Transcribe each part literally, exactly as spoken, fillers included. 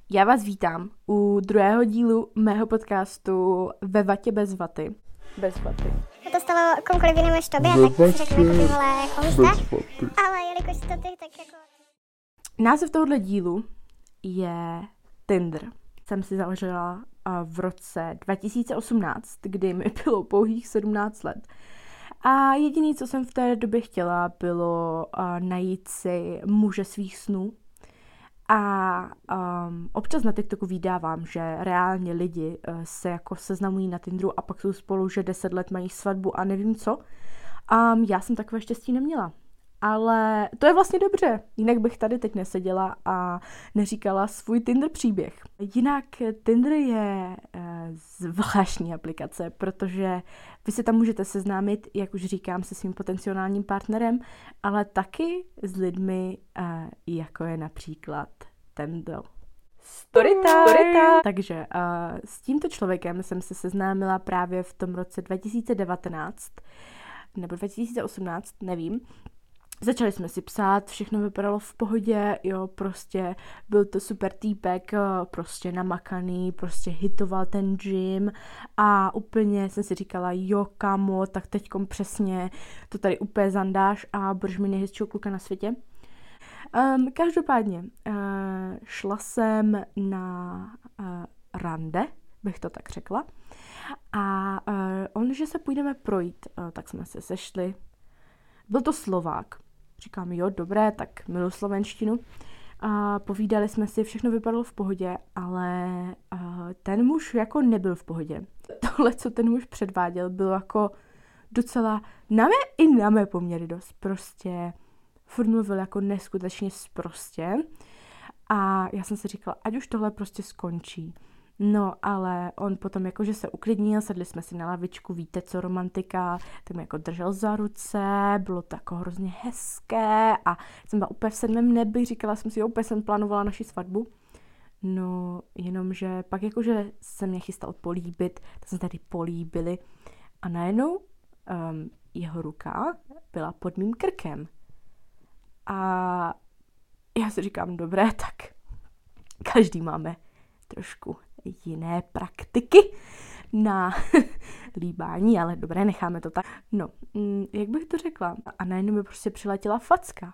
Já vás vítám u druhého dílu mého podcastu Ve vatě bez vaty. Bez vaty. To stalo komukoliv jinému než tobě, tak si řeknu, jako vole, jako místa. Ale jelikož to ty, tak jako... Název tohohle dílu je Tinder. Jsem si založila v roce dva tisíce osmnáct, kdy mi bylo pouhých sedmnáct let. A jediné, co jsem v té době chtěla, bylo uh, najít si muže svých snů. A um, občas na TikToku vydávám, že reálně lidi uh, se jako seznamují na Tinderu a pak jsou spolu, že deset let mají svatbu a nevím co. Um, já jsem takové štěstí neměla. Ale to je vlastně dobře, jinak bych tady teď neseděla a neříkala svůj Tinder příběh. Jinak Tinder je uh, zvláštní aplikace, protože vy se tam můžete seznámit, jak už říkám, se svým potenciálním partnerem, ale taky s lidmi, uh, jako je například tento. Storytime! Takže uh, s tímto člověkem jsem se seznámila právě v tom roce dva tisíce devatenáct, nebo dva tisíce osmnáct, nevím. Začali jsme si psát, všechno vypadalo v pohodě, jo, prostě byl to super týpek, prostě namakaný, prostě hitoval ten gym a úplně jsem si říkala, jo, kamo, tak teďkom přesně to tady úplně zandáš a budeš mi nejhezčího kluka na světě. Um, každopádně uh, šla jsem na uh, rande, bych to tak řekla, a uh, on, že se půjdeme projít, uh, tak jsme se sešli. Byl to Slovák. Říkám, jo, dobré, tak miluji slovenštinu. A povídali jsme si, všechno vypadalo v pohodě, ale uh, ten muž jako nebyl v pohodě. Tohle, co ten muž předváděl, bylo jako docela na mé i na mé poměry dost. Prostě furt mluvil jako neskutečně sprostě. A já jsem si říkala, ať už tohle prostě skončí. No, ale on potom jakože se uklidnil, sedli jsme si na lavičku, víte co, romantika, tak mě jako držel za ruce, bylo to jako hrozně hezké a jsem byla úplně v sedmém nebi, říkala jsem si, jo, úplně jsem plánovala naši svatbu. No, jenomže pak jakože se mě chystal políbit, tak jsme tady políbili a najednou um, jeho ruka byla pod mým krkem. A já si říkám, dobré, tak každý máme trošku jiné praktiky na líbání, ale dobré, necháme to tak. No, jak bych to řekla? A najednou mi prostě přiletěla facka.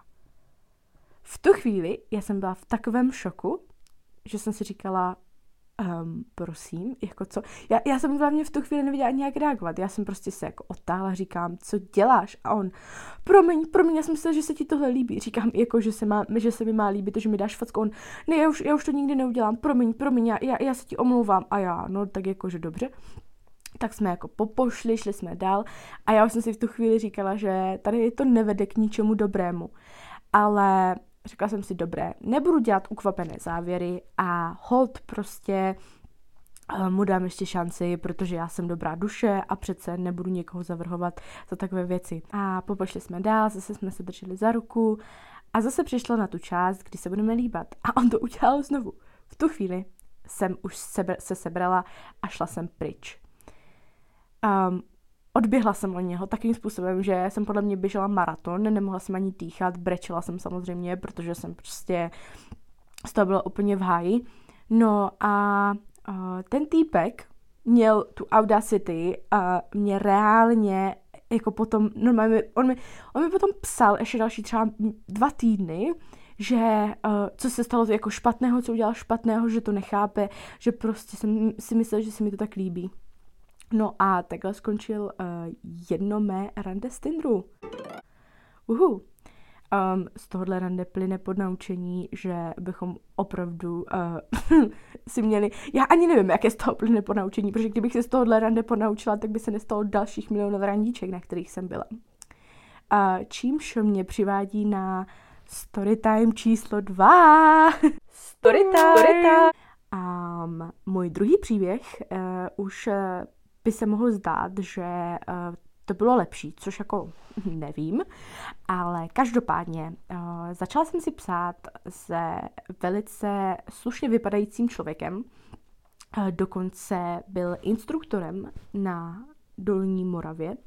V tu chvíli já jsem byla v takovém šoku, že jsem si říkala, um, prosím, jako co? Já, já jsem hlavně v tu chvíli nevěděla nějak reagovat. Já jsem prostě se jako otáhla, říkám, co děláš? A on, promiň, promiň, já jsem myslela, že se ti tohle líbí. Říkám, jako, že se, má, že se mi má líbit, že mi dáš facku. On, ne, já už, já už to nikdy neudělám, promiň, promiň, já, já, já se ti omlouvám. A já, no tak jakože dobře. Tak jsme jako popošli, šli jsme dál a já už jsem si v tu chvíli říkala, že tady to nevede k ničemu dobrému. Ale řekla jsem si, dobré, nebudu dělat ukvapené závěry a hold prostě uh, mu dám ještě šanci, protože já jsem dobrá duše a přece nebudu někoho zavrhovat za takové věci. A popošli jsme dál, zase jsme se drželi za ruku a zase přišlo na tu část, kdy se budeme líbat. A on to udělal znovu. V tu chvíli jsem už sebe, se sebrala a šla jsem pryč. Um, Odběhla jsem od něho takým způsobem, že jsem podle mě běžela maraton, nemohla jsem ani dýchat, brečela jsem samozřejmě, protože jsem prostě z toho byla úplně v háji. No a uh, ten týpek měl tu audacity a mě reálně jako potom, normálně, on mi, on mi potom psal ještě další třeba dva týdny, že uh, co se stalo jako špatného, co udělal špatného, že to nechápe, že prostě jsem si myslel, že se mi to tak líbí. No a takhle skončil uh, jedno mé rande z Tinderu. Uhu. Um, z tohohle rande plyne podnaučení, že bychom opravdu uh, si měli... Já ani nevím, jaké z toho plyne podnaučení, protože kdybych se z tohohle rande podnaučila, tak by se nestalo dalších milionů randíček, na kterých jsem byla. Uh, čímž mě přivádí na Storytime číslo dva. Storytime! Storytime. Um, můj druhý příběh uh, už... Uh, by se mohlo zdát, že uh, to bylo lepší, což jako nevím, ale každopádně uh, začala jsem si psát se velice slušně vypadajícím člověkem, uh, dokonce byl instruktorem na Dolní Moravě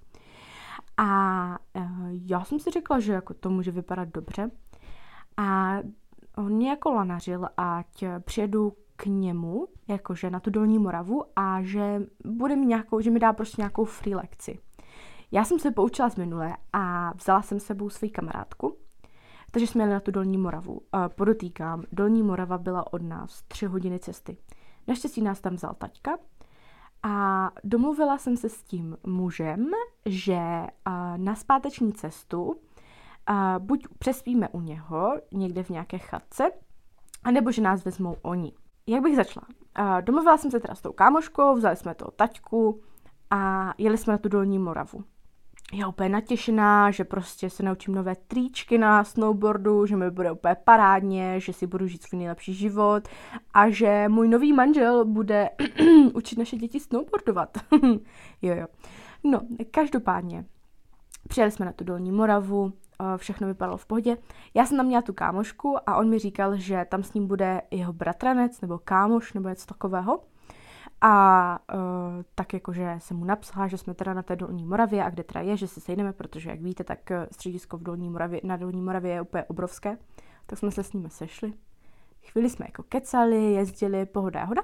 a uh, já jsem si řekla, že jako to může vypadat dobře a on mě jako lanařil, ať přijedu k němu, jakože na tu Dolní Moravu a že bude mi nějakou, že mi dá prostě nějakou free lekci. Já jsem se poučila z minule a vzala jsem s sebou svou kamarádku, takže jsme jeli na tu Dolní Moravu. Podotýkám, Dolní Morava byla od nás tři hodiny cesty. Naštěstí nás tam vzal taťka a domluvila jsem se s tím mužem, že na zpáteční cestu buď přespíme u něho někde v nějaké chatce, anebo že nás vezmou oni. Jak bych začala? Domluvila jsem se teda s tou kámoškou, vzali jsme toho taťku a jeli jsme na tu Dolní Moravu. Já úplně natěšená, že prostě se naučím nové tričky na snowboardu, že mi bude úplně parádně, že si budu žít svůj nejlepší život a že můj nový manžel bude učit naše děti snowboardovat. jo, jo. No, každopádně. Přijeli jsme na tu Dolní Moravu, všechno vypadalo v pohodě. Já jsem tam měla tu kámošku a on mi říkal, že tam s ním bude jeho bratranec nebo kámoš nebo něco takového. A uh, tak jakože jsem mu napsala, že jsme teda na té Dolní Moravě a kde teda je, že se sejdeme, protože jak víte, tak středisko v Dolní Moravě, na Dolní Moravě je úplně obrovské. Tak jsme se s nimi sešli. Chvíli jsme jako kecali, jezdili, pohoda, hoda.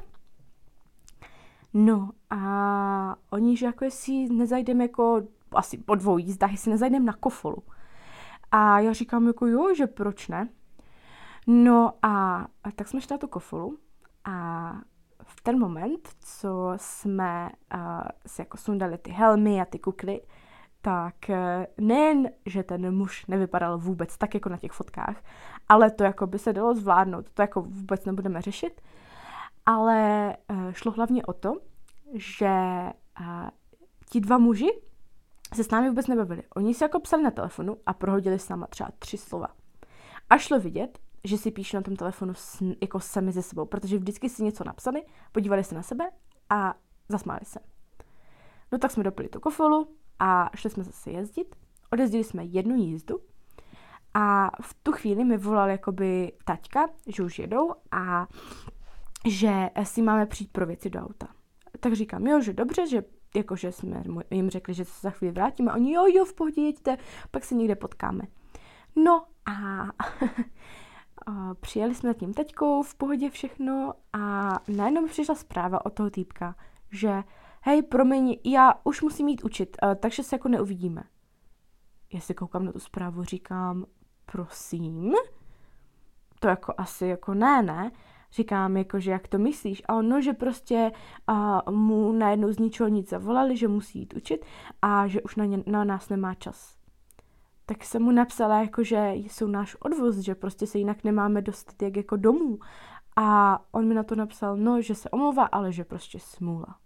No a oni, že jako jestli nezajdeme jako asi po dvou jízdách, jestli nezajdeme na Kofolu. A já říkám jako jo, že proč ne? No a, a tak jsme šli na tu Kofolu a v ten moment, co jsme uh, si jako sundali ty helmy a ty kukly, tak uh, nejen, že ten muž nevypadal vůbec tak jako na těch fotkách, ale to jako by se dalo zvládnout, to jako vůbec nebudeme řešit, ale uh, šlo hlavně o to, že uh, ti dva muži se s námi vůbec nebavili. Oni si jako psali na telefonu a prohodili s náma třeba tři slova. A šlo vidět, že si píšu na tom telefonu s, jako sami ze sebou, protože vždycky si něco napsali, podívali se na sebe a zasmáli se. No tak jsme dopili tu Kofolu a šli jsme zase jezdit. Odjezdili jsme jednu jízdu a v tu chvíli mi volal jakoby taťka, že už jedou a že si máme přijít pro věci do auta. Tak říkám, jo, že dobře, že jakože jsme jim řekli, že se za chvíli vrátíme a oni jo, jo, v pohodě jeďte, pak se někde potkáme. No a přijeli jsme tím taťkou, v pohodě všechno a najednou přišla zpráva od toho týpka, že hej, promiň, já už musím jít učit, takže se jako neuvidíme. Já si koukám na tu zprávu, říkám, prosím, to jako asi jako ne, ne, říkám jako, že jak to myslíš a ono, že prostě a, mu najednou z ničeho nic zavolali, že musí jít učit a že už na, ně, na nás nemá čas. Tak jsem mu napsala, jako, že jsou náš odvoz, že prostě se jinak nemáme dostat jak jako domů. A on mi na to napsal, no, že se omlouvá, ale že prostě smůla.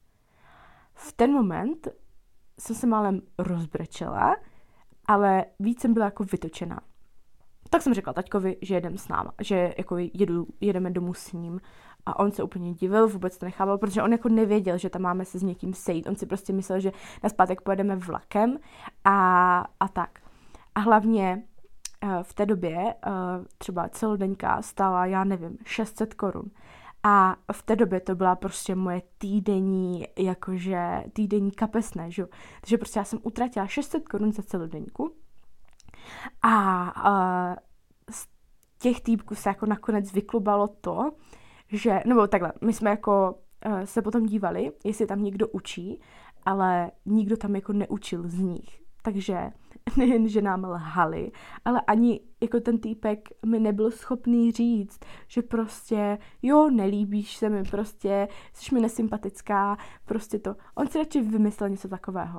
V ten moment jsem se málem rozbrečela, ale víc jsem byla jako vytočená. Tak jsem řekla taťkovi, že jedem s náma, že jako jedu, jedeme domů s ním. A on se úplně divil, vůbec to nechápal, protože on jako nevěděl, že tam máme se s někým sejít. On si prostě myslel, že nazpátek pojedeme vlakem a, a tak. A hlavně v té době třeba celodenka stála, já nevím, šest set korun. A v té době to byla prostě moje týdenní, jakože týdenní kapesné, že jo. Takže prostě já jsem utratila šest set korun za celodenku. A, a z těch týpků se jako nakonec vyklubalo to, že, nebo takhle, my jsme jako uh, se potom dívali, jestli tam někdo učí, ale nikdo tam jako neučil z nich. Takže nejen, že nám lhali, ale ani jako ten týpek mi nebyl schopný říct, že prostě jo, nelíbíš se mi, prostě jsi mi nesympatická, prostě to. On si radši vymyslel něco takového.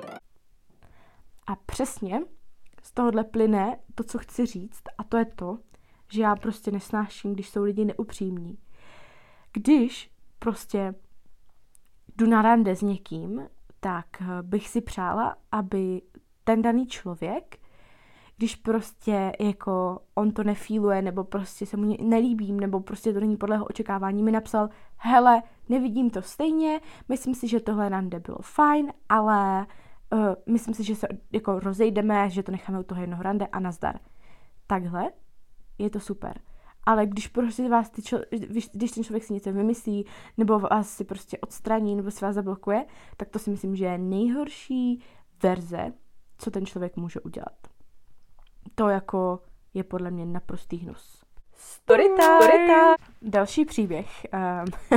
A přesně z tohohle plyne to, co chci říct, a to je to, že já prostě nesnáším, když jsou lidi neupřímní. Když prostě jdu na rande s někým, tak bych si přála, aby ten daný člověk, když prostě jako on to nefíluje, nebo prostě se mu nelíbím, nebo prostě to není podle jeho očekávání, mi napsal, hele, nevidím to stejně, myslím si, že tohle rande bylo fajn, ale uh, myslím si, že se jako rozejdeme, že to necháme u toho jednoho rande a nazdar. Takhle je to super. Ale když prostě vás ty člo, když ten člověk si něco vymyslí, nebo vás si prostě odstraní, nebo si vás zablokuje, tak to si myslím, že je nejhorší verze, co ten člověk může udělat. To jako je podle mě naprostý hnus. Storytime! Další příběh um,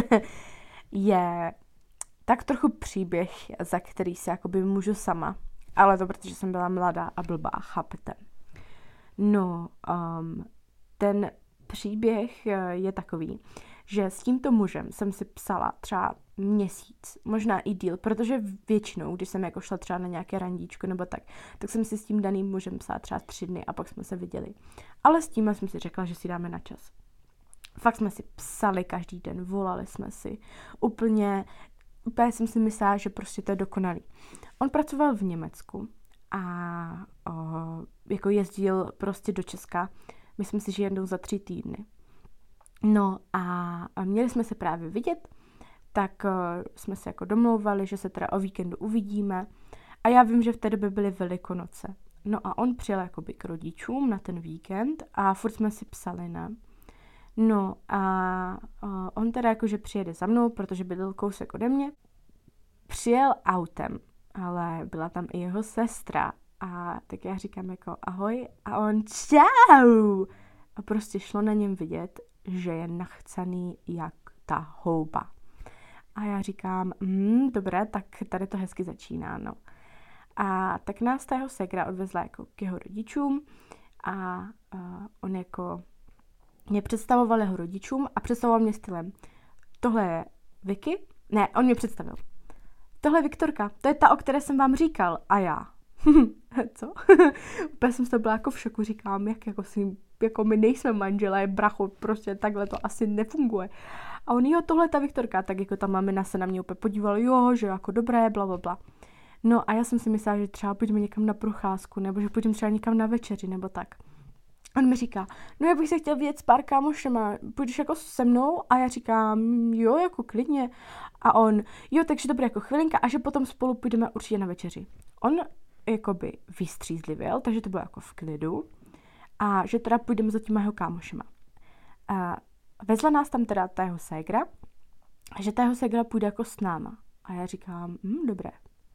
je tak trochu příběh, za který se jakoby můžu sama, ale to protože jsem byla mladá a blbá, chápete. No, um, ten příběh je takový, že s tímto mužem jsem si psala třeba měsíc, možná i díl, protože většinou, když jsem jako šla třeba na nějaké randíčko nebo tak, tak jsem si s tím daným mužem psala třeba tři dny a pak jsme se viděli. Ale s tím jsem si řekla, že si dáme na čas. Fakt jsme si psali každý den, volali jsme si. Úplně, úplně jsem si myslela, že prostě to je dokonalý. On pracoval v Německu a o, jako jezdil prostě do Česka, myslím si, že jednou za tři týdny. No a, a měli jsme se právě vidět, tak uh, jsme se jako domlouvali, že se teda o víkendu uvidíme. A já vím, že v té době byly Velikonoce. No a on přijel jakoby k rodičům na ten víkend a furt jsme si psali, ne? No a uh, on teda jakože přijede za mnou, protože bydlel kousek ode mě. Přijel autem, ale byla tam i jeho sestra. A tak já říkám jako ahoj a on čau! A prostě šlo na něm vidět, že je nachcaný jak ta houba. A já říkám, mm, dobré, tak tady to hezky začíná, no. A tak nás ta jeho ségra odvezla jako k jeho rodičům a, a on jako mě představoval jeho rodičům a představoval mě stylem. Tohle je Vicky? Ne, on mě představil. Tohle je Viktorka, to je ta, o které jsem vám říkal. A já. Co? Úplně jsem z toho byla jako v šoku, říkám, jak jako si, jako my nejsme manželé, bracho, prostě takhle to asi nefunguje. A on, jo, tohle je ta Viktorka, tak jako ta mamina se na mě úplně podívala, jo, že jako dobré, bla, bla, bla. No a já jsem si myslela, že třeba půjdeme někam na procházku, nebo že půjdeme třeba někam na večeři, nebo tak. On mi říká, no já bych se chtěl vidět s pár kámošema, půjdeš jako se mnou? A já říkám, jo, jako klidně. A on, jo, takže dobré, jako chvilinka, a že potom spolu půjdeme určitě na večeři. On jakoby vystřízlivěl, takže to bylo jako v klidu. A že teda půjdeme za těma jeho kámošema. A vezla nás tam teda ta jeho ségra, a že ta jeho ségra půjde jako s náma. A já říkám, hm, dobré.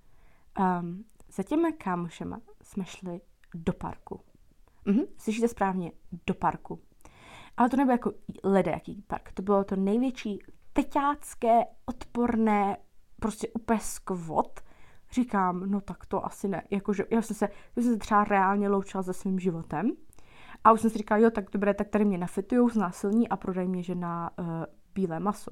Um, za těma kámošema jsme šli do parku. Mhm, slyšíte správně, do parku. Ale to nebylo jako ledajaký park, to bylo to největší teťácké, odporné, prostě úplně skvot. Říkám, no tak to asi ne. Jakože já jsem se, já jsem se třeba reálně loučila se svým životem. A už jsem si říkala, jo, tak dobré, tak tady mě nafitujou, znásilní a prodají mě, že na uh, bílé maso.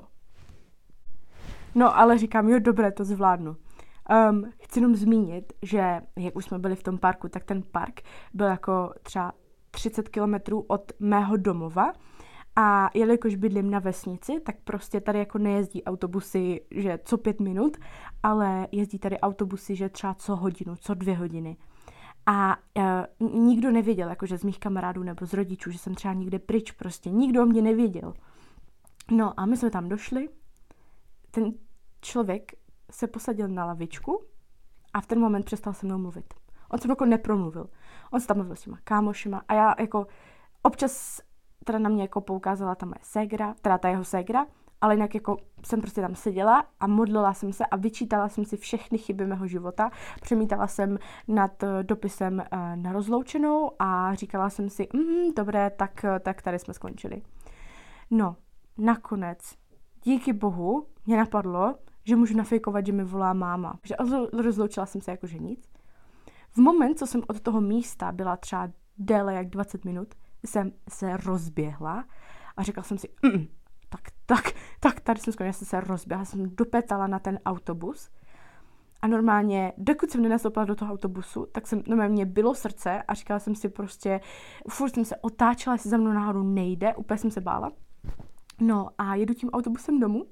No, ale říkám, jo, dobré, to zvládnu. Um, chci jenom zmínit, že jak už jsme byli v tom parku, tak ten park byl jako třeba třicet kilometrů od mého domova a jelikož bydlím na vesnici, tak prostě tady jako nejezdí autobusy, že co pět minut, ale jezdí tady autobusy, že třeba co hodinu, co dvě hodiny. A uh, nikdo nevěděl, jakože z mých kamarádů nebo z rodičů, že jsem třeba někde pryč, prostě nikdo o mě nevěděl. No a my jsme tam došli, ten člověk se posadil na lavičku a v ten moment přestal se mnou mluvit. On se jako nepromluvil. On se tam mluvil s těma kámošima a já jako občas teda na mě jako poukázala ta moje ségra, teda ta jeho ségra, ale jinak jako jsem prostě tam seděla a modlila jsem se a vyčítala jsem si všechny chyby mého života. Přemítala jsem nad dopisem na rozloučenou a říkala jsem si, mm, dobré, tak, tak tady jsme skončili. No, nakonec, díky bohu, mě napadlo, že můžu nafejkovat, že mi volá máma. Že rozloučila jsem se jakože nic. V moment, co jsem od toho místa byla třeba déle jak dvacet minut, jsem se rozběhla a řekla jsem si, mm, tak, tak, tak, tady jsem skončila, jsem se rozběhla, jsem dopetala na ten autobus a normálně, dokud jsem nenastoupila do toho autobusu, tak jsem, normálně mě bylo srdce a říkala jsem si prostě, furt jsem se otáčela, jestli za mnou náhodou nejde, úplně jsem se bála. No a jedu tím autobusem domů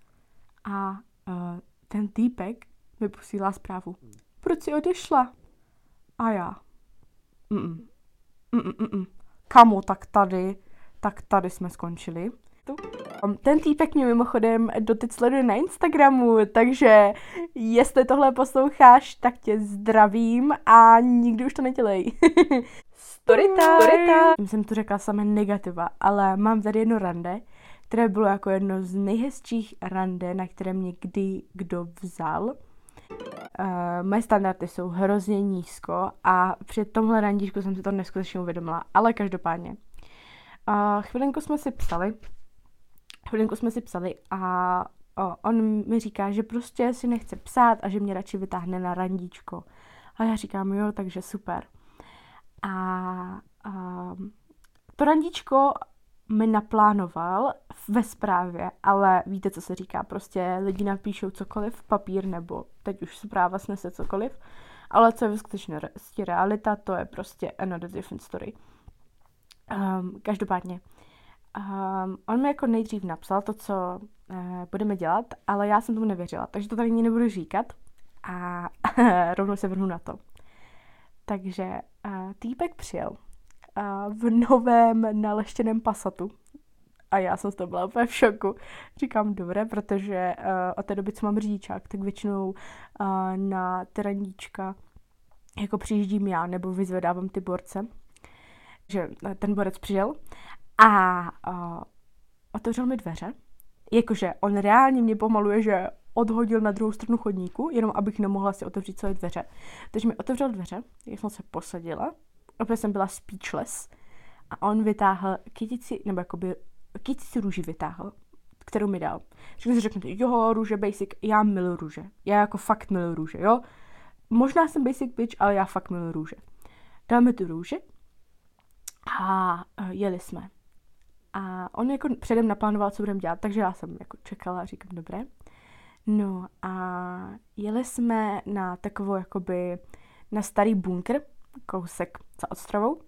a uh, ten týpek mi posílá zprávu. Proč jsi odešla? A já. Mm-mm. Mm-mm. Kamo, tak tady, tak tady jsme skončili. Ten týpek mě mimochodem doteď sleduje na Instagramu, takže jestli tohle posloucháš, tak tě zdravím a nikdy už to nedělej. Storytime! Storytime! Jsem tu řekla samé negativa, ale mám tady jedno rande, které bylo jako jedno z nejhezčích rande, na které mě kdy kdo vzal. Uh, moje standardy jsou hrozně nízko a při tomhle randíčku jsem si to neskutečně uvědomila, ale každopádně. A chvilinku jsme si psali, chvilinku jsme si psali a o, on mi říká, že prostě si nechce psát a že mě radši vytáhne na randíčko. A já říkám, jo, takže super. A, a to randíčko mi naplánoval ve zprávě, ale víte, co se říká, prostě lidi napíšou cokoliv, papír nebo teď už zpráva snese cokoliv, ale co je ve skutečnosti realita, to je prostě another different story. Um, každopádně, um, on mi jako nejdřív napsal to, co uh, budeme dělat, ale já jsem tomu nevěřila, takže to tady nebudu říkat a rovnou se vrhnu na to. Takže uh, týpek přijel uh, v novém naleštěném Passatu a já jsem z toho byla úplně v šoku. Říkám, dobré, protože uh, od té doby, co mám řidičák, tak většinou uh, na ty randíčka jako přijíždím já nebo vyzvedávám ty borce. Že ten borec přijel a uh, otevřel mi dveře. Jakože on reálně mě pomaluje, že odhodil na druhou stranu chodníku, jenom abych nemohla si otevřít celé dveře. Takže mi otevřel dveře, já jsem se posadila, opět jsem byla speechless a on vytáhl kytici, nebo jakoby kytici růži vytáhl, kterou mi dal. Všechno si řeknete, jo, růže basic, já miluji růže. Já jako fakt miluji růže, jo. Možná jsem basic bitch, ale já fakt miluji růže. Dal mi tu růži a jeli jsme. A on jako předem naplánoval, co budeme dělat, takže já jsem jako čekala a říkám, dobré. No a jeli jsme na takovou jakoby, na starý bunkr, kousek za Ostravou.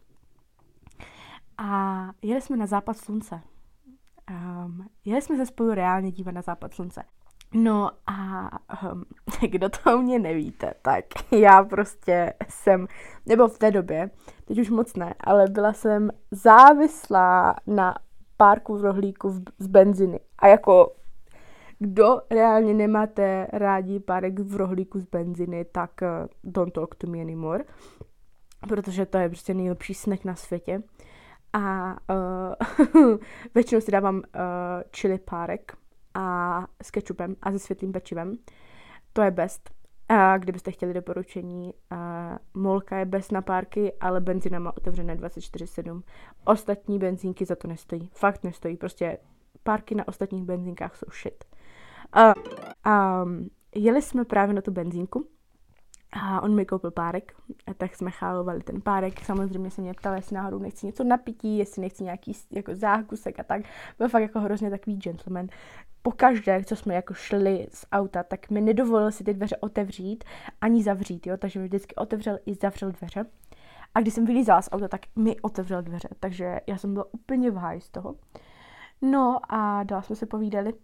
A jeli jsme na západ slunce. Um, jeli jsme se spolu reálně dívat na západ slunce. No a um, kdo to o mě nevíte, tak já prostě jsem, nebo v té době, teď už moc ne, ale byla jsem závislá na párku v rohlíku v, z benziny. A jako kdo reálně nemáte rádi párek v rohlíku z benziny, tak uh, don't talk to me anymore, protože to je prostě nejlepší snack na světě. A uh, většinou si dávám uh, chili párek a s kečupem a se světlým pečivem. To je best. A kdybyste chtěli doporučení, uh, Molka je best na párky, ale benzína má otevřené dvacet čtyři sedm. Ostatní benzínky za to nestojí. Fakt nestojí. Prostě párky na ostatních benzínkách jsou shit. Uh, um, jeli jsme právě na tu benzínku a on mi koupil párek, a tak jsme chálovali ten párek. Samozřejmě se mě ptal, jestli náhodou nechci něco na pití, jestli nechci nějaký jako zákusek a tak. Byl fakt jako hrozně takový gentleman. Pokaždé, co jsme jako šli z auta, tak mi nedovolil si ty dveře otevřít ani zavřít, jo, takže mi vždycky otevřel i zavřel dveře. A když jsem vylízala z auta, tak mi otevřel dveře, takže já jsem byla úplně v háji z toho. No a dál jsme se povídali.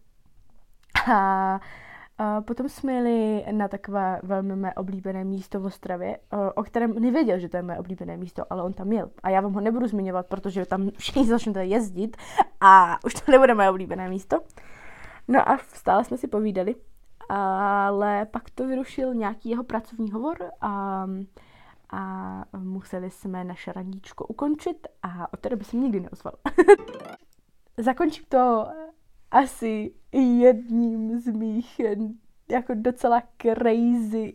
A a potom jsme jeli na takové velmi mé oblíbené místo v Ostravě, o kterém nevěděl, že to je mé oblíbené místo, ale on tam jel. A já vám ho nebudu zmiňovat, protože tam všichni začnete jezdit a už to nebude moje oblíbené místo. No a stále jsme si povídali, ale pak to vyrušil nějaký jeho pracovní hovor a, a museli jsme naše randíčko ukončit a od té doby jsem nikdy neozval. Zakončím to asi jedním z mých jako docela crazy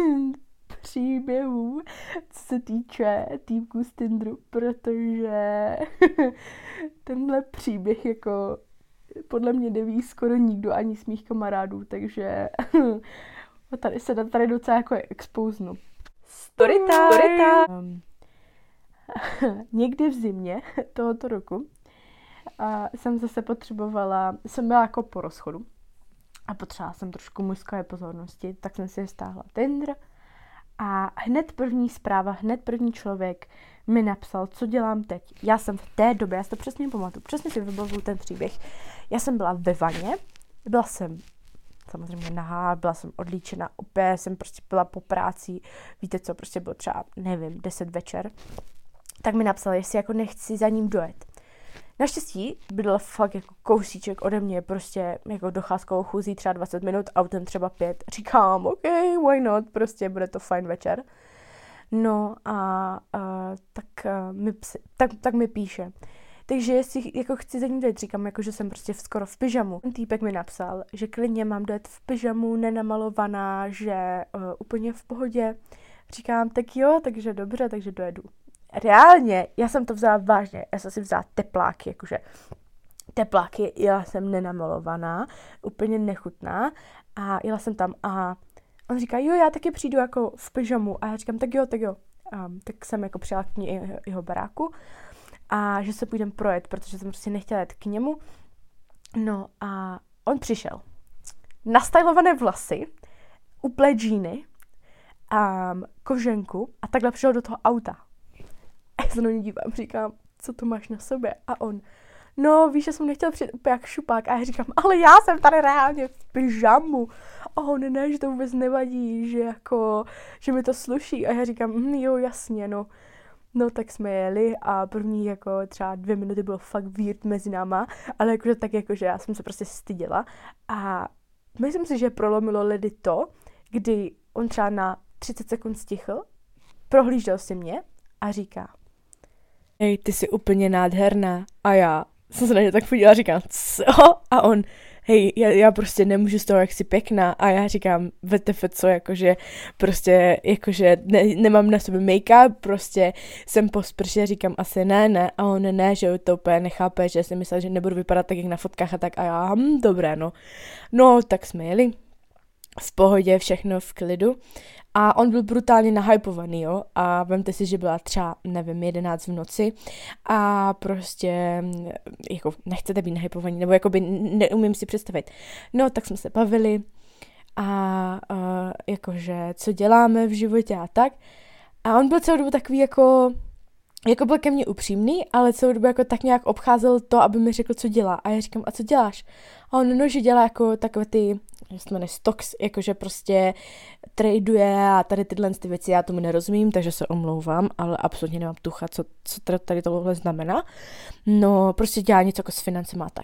příběhů, co se týče týpků z Tinderu, protože tenhle příběh jako podle mě neví skoro nikdo, ani z mých kamarádů, takže tady se tady docela jako expouznu. Story time! Story time. Um, někdy v zimě tohoto roku a jsem zase potřebovala, jsem byla jako po rozchodu a potřebovala jsem trošku mužské pozornosti, tak jsem si stáhla Tinder a hned první zpráva, hned první člověk mi napsal, co dělám teď. Já jsem v té době, já si to přesně pamatuju, přesně si vybavuju ten příběh. Já jsem byla ve vaně, byla jsem samozřejmě nahá, byla jsem odlíčena, opět jsem prostě byla po práci, víte co, prostě bylo třeba, nevím, deset večer, tak mi napsal, jestli jako nechci za ním dojet. Naštěstí byl fakt jako kousíček ode mě, prostě jako docházkovou chůzí třeba dvacet minut, autem třeba pět. Říkám, OK, why not, prostě bude to fajn večer. No a, a tak, a mi, tak, tak mi píše. Takže jestli jako chci za ním dojet, říkám, jako, že jsem prostě skoro v pyžamu. Ten týpek mi napsal, že klidně mám dojet v pyžamu, nenamalovaná, že uh, úplně v pohodě. Říkám, tak jo, takže dobře, takže dojedu. reálně, já jsem to vzala vážně, já jsem si vzala tepláky, jakože tepláky, jela jsem nenamalovaná, úplně nechutná a jela jsem tam a on říká, jo, já taky přijdu jako v pyžamu a já říkám, tak jo, tak jo. Um, tak jsem jako přijela k ní jeho, jeho baráku a že se půjdem projet, protože jsem prostě nechtěla jít k němu. No a on přišel. Nastylované vlasy, úplné džíny, um, koženku a takhle přišel do toho auta. A já se na něj dívám, říkám, co to máš na sobě? A on, no víš, že jsem nechtěl přijít úplně jak šupák. A já říkám, ale já jsem tady reálně v pyžamu. A on, ne, že to vůbec nevadí, že jako, že mi to sluší. A já říkám, hm, jo, jasně, no. No tak jsme jeli a první jako třeba dvě minuty bylo fakt weird mezi náma, ale jakože tak jakože já jsem se prostě styděla. A myslím si, že prolomilo ledy to, kdy on třeba na třicet sekund stichl, prohlížel si mě a říká, hej, ty jsi úplně nádherná. A já jsem se na ně tak podívala a říkám, co? A on, hej, já, já prostě nemůžu z toho, jak jsi pěkná. A já říkám, W T F, co, jakože prostě, jakože ne, nemám na sobě make-up, prostě jsem po sprše, říkám asi ne, ne. A on ne, že to úplně nechápe, že si myslel, že nebudu vypadat tak, jak na fotkách a tak. A já, hm, dobré, no. No, tak jsme jeli. V pohodě, všechno v klidu. A on byl brutálně nahypovaný, jo. A vemte si, že byla třeba, nevím, jedenáct v noci a prostě, jako, nechcete být nahypovaní, nebo jakoby neumím si představit. No, tak jsme se bavili a, a jakože, co děláme v životě a tak. A on byl celou dobu takový jako, jako byl ke mně upřímný, ale celou dobu jako tak nějak obcházel to, aby mi řekl, co dělá. A já říkám, a co děláš? A on, no, že dělá jako takové ty, že se jmenuje stocks, jakože prostě traduje a tady tyhle ty věci, já tomu nerozumím, takže se omlouvám, ale absolutně nemám tucha, co, co tady tohle znamená. No, prostě dělá něco jako s financema a tak.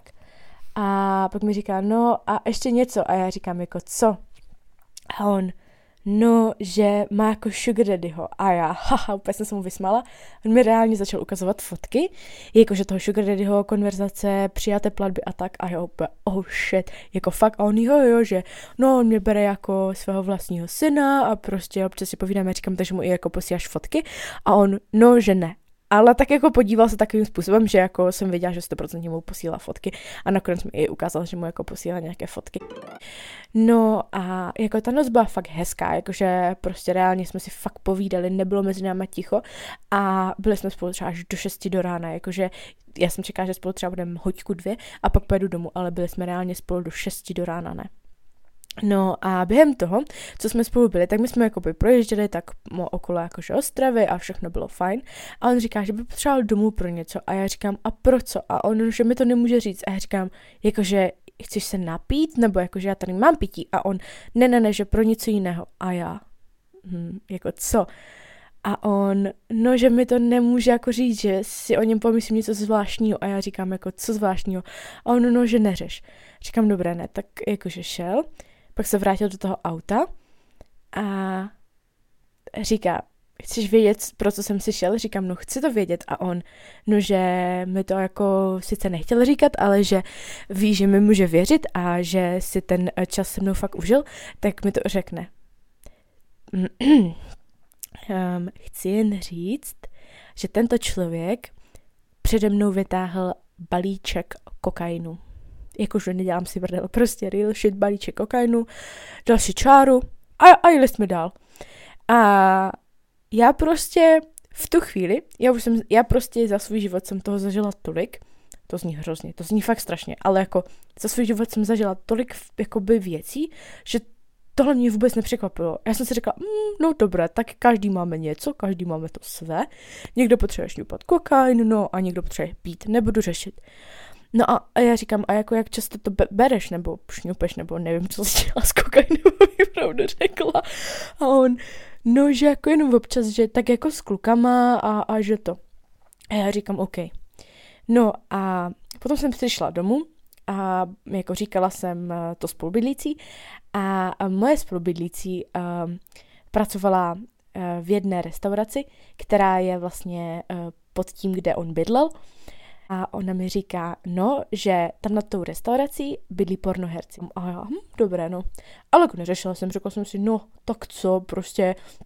A pak mi říká, no a ještě něco. A já říkám, jako co? A on, no, že má jako sugar daddyho. A já, haha, úplně jsem se mu vysmála. On mi reálně začal ukazovat fotky, jakože toho sugar daddyho, konverzace, přijaté platby a tak. A já úplně, oh shit, jako fakt. A on, jo, jo, že no, on mě bere jako svého vlastního syna a prostě občas si povídáme, říkám, takže mu i jako posíláš fotky. A on, no, že ne. Ale tak jako podíval se takovým způsobem, že jako jsem věděla, že sto procent mu posílá fotky a nakonec mi i ukázal, že mu jako posílá nějaké fotky. No a jako ta noc byla fakt hezká, jakože prostě reálně jsme si fakt povídali, nebylo mezi náma ticho a byli jsme spolu třeba až do šesti do rána, jakože já jsem čekala, že spolu třeba budeme hoďku dvě a pak pojedu domů, ale byli jsme reálně spolu do šesti do rána, ne? No a během toho, co jsme spolu byli, tak my jsme jakoby projížděli tak okolo jakože Ostravy a všechno bylo fajn. A on říká, že by potřeboval domů pro něco. A já říkám, a pro co? A on, že mi to nemůže říct. A já říkám, jakože chceš se napít? Nebo jakože já tady mám pití? A on, ne, ne, ne, že pro něco jiného. A já, hm, jako co? A on, no, že mi to nemůže jako říct, že si o něm pomyslím něco zvláštního. A já říkám, jako co zvláštního? A on, no, že neřeš. Říkám, dobré, ne, tak jakože šel. Pak se vrátil do toho auta a říká, chceš vědět, pro co jsem si šel? Říkám, no chci to vědět. A on, no že mi to jako sice nechtěl říkat, ale že ví, že mi může věřit a že si ten čas se mnou fakt užil, tak mi to řekne. um, chci jen říct, že tento člověk přede mnou vytáhl balíček kokainu. Jakože nedělám si brdel, prostě real shit, balíček kokainu, dal si čáru a, a jeli jsme dál. A já prostě v tu chvíli, já už jsem, já prostě za svůj život jsem toho zažila tolik, to zní hrozně, to zní fakt strašně, ale jako za svůj život jsem zažila tolik jakoby věcí, že tohle mě vůbec nepřekvapilo. Já jsem si řekla, mm, no dobré, tak každý máme něco, každý máme to své, někdo potřebuje šňupat kokain, no a někdo potřebuje pít, nebudu řešit. No a, a já říkám, a jako jak často to be- bereš, nebo šňupeš, nebo nevím, co si dělá s kokainem, mi pravdu řekla. A on, no, že jako jenom občas, že tak jako s klukama a, a že to. A já říkám, OK. No a potom jsem přišla domů a jako říkala jsem to spolubydlící a, a moje spolubydlící um, pracovala uh, v jedné restauraci, která je vlastně uh, pod tím, kde on bydlel. A ona mi říká, no, že tam nad tou restaurací bydlí pornoherci. A já, hm, dobré, no. Ale jako neřešila jsem, řekla jsem si, no, tak co, prostě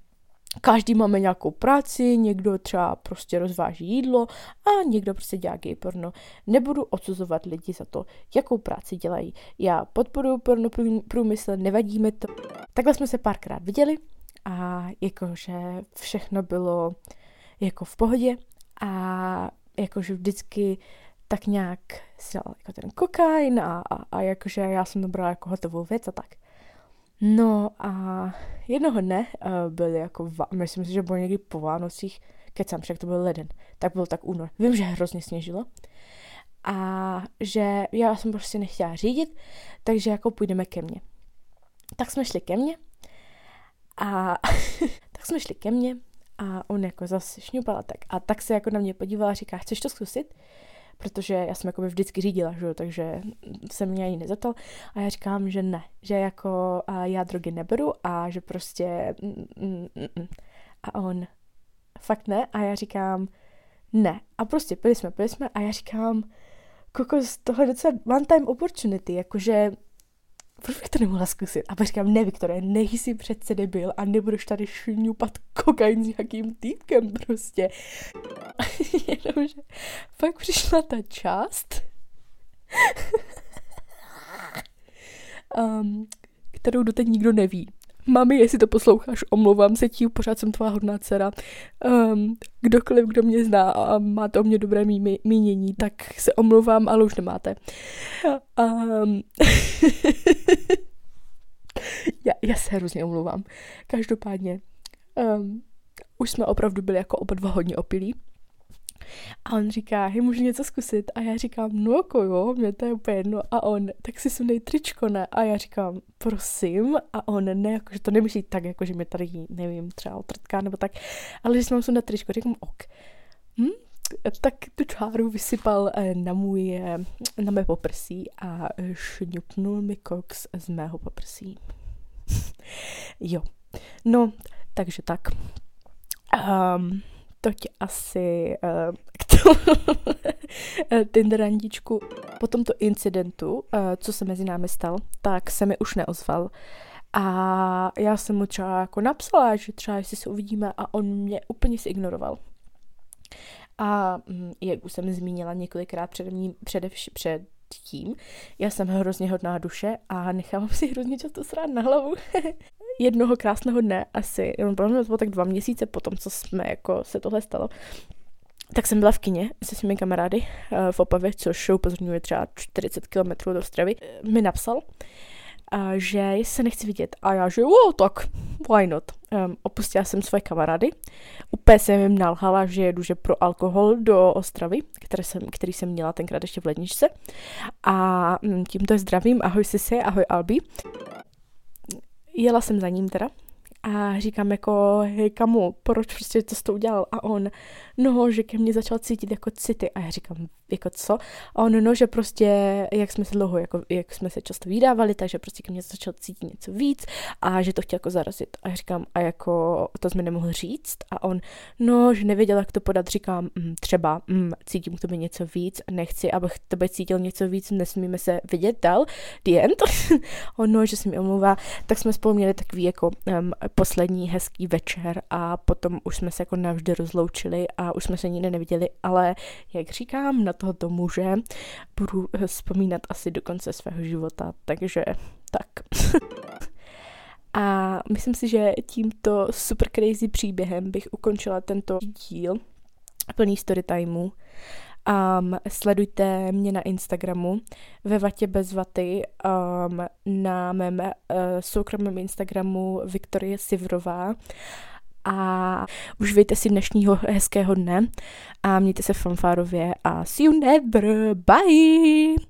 každý máme nějakou práci, někdo třeba prostě rozváží jídlo a někdo prostě dělá gay porno. Nebudu odsuzovat lidi za to, jakou práci dělají. Já podporuji porno průmysl, nevadí mi to. Takhle jsme se párkrát viděli a jakože všechno bylo jako v pohodě a jakože vždycky tak nějak si dal jako ten kokain a, a, a jakože já jsem to brala jako hotovou věc a tak. No a jednoho dne uh, byly jako, va- myslím si, že bylo někdy po Vánocích, kecám, však to byl leden, tak byl tak únor. Vím, že hrozně sněžilo a že já jsem prostě nechtěla řídit, takže jako půjdeme ke mně. Tak jsme šli ke mně a tak jsme šli ke mně a on jako zase šňupal a tak. A tak se jako na mě podíval a říká, chceš to zkusit? Protože já jsem jako by vždycky řídila, že jo, takže se mě ani nezeptal. A já říkám, že ne, že jako a já drogy neberu a že prostě mm, mm, mm. A on, fakt ne? A já říkám, ne. A prostě pili jsme, pili jsme a já říkám, kokos, tohle je docela one time opportunity, jakože proč bych to nemohla zkusit? A pak říkám, ne, Viktore, nejsi přece debil a nebudeš tady šňupat kokain s nějakým týpkem prostě. Jenomže pak přišla ta část, um, kterou doteď nikdo neví. Mami, jestli to posloucháš, omlouvám se ti, pořád jsem tvá hodná dcera. Um, kdokoliv, kdo mě zná a má to o mě dobré mí- mínění, tak se omlouvám, ale už nemáte. Um, já, já se hrozně omlouvám. Každopádně, um, už jsme opravdu byli jako oba dva hodně opilí. A on říká, hej, můžu něco zkusit? A já říkám, no jako jo, mě to je úplně jedno. A on, tak si sundej tričko, ne? A já říkám, prosím. A on, ne, jakože to nemyslí tak, jako že mě tady, nevím, třeba otrtká nebo tak. Ale že si mám sundat tričko, říkám, ok. Hm? Tak tu čáru vysypal na můj, na mé poprsí a šňupnul mi koks z mého poprsí. Jo. No, takže tak. Um, to tě asi uh, k tomu Tinderandičku. Po tomto incidentu, uh, co se mezi námi stal, tak se mi už neozval. A já jsem mu třeba jako napsala, že třeba jestli se uvidíme a on mě úplně si ignoroval. A hm, jak už jsem zmínila několikrát před ním, především před tím, já jsem hrozně hodná duše a nechávám si hrozně často srát na hlavu. Jednoho krásného dne, asi, jenom pro mě to bylo tak dva měsíce potom, co jsme jako se tohle stalo, tak jsem byla v kině se svými kamarády uh, v Opavě, což upozorňuje třeba čtyřicet kilometrů do Ostravy, mi napsal, uh, že se nechci vidět. A já, že jo, tak, why not? Um, opustila jsem svoje kamarády, úplně jsem jim nalhala, že jedu že pro alkohol do Ostravy, který jsem, který jsem měla tenkrát ještě v ledničce. A um, tímto zdravím, ahoj Sisi, ahoj Albi. Jela jsem za ním teda a říkám jako, hej kamu, proč prostě to s tou udělal? A on, no, že ke mně začal cítit jako city. A já říkám, jako co? A on, no, že prostě, jak jsme se dlouho, jako, jak jsme se často vydávali, takže prostě ke mně začal cítit něco víc a že to chtěl jako zarazit. A já říkám, a jako, to jsme nemohl říct? A on, no, že nevěděl, jak to podat. Říkám, mm, třeba, mm, cítím k tobě něco víc, nechci, abych tebe cítil něco víc, nesmíme se vidět dál, the end. On, no, že se mi omlouvá. Tak jsme spolu měli takový jako um, poslední hezký večer a potom už jsme se jako navždy rozloučili a už jsme se nikdy neviděli, ale jak říkám, na tohoto muže budu vzpomínat asi do konce svého života, takže tak. A myslím si, že tímto super crazy příběhem bych ukončila tento díl plný storytimeu. Um, sledujte mě na Instagramu ve Vatě bez vaty, um, na mém uh, soukromém Instagramu Viktorie Sivrová a užijte si dnešního hezkého dne a mějte se fanfárově a see you never, bye!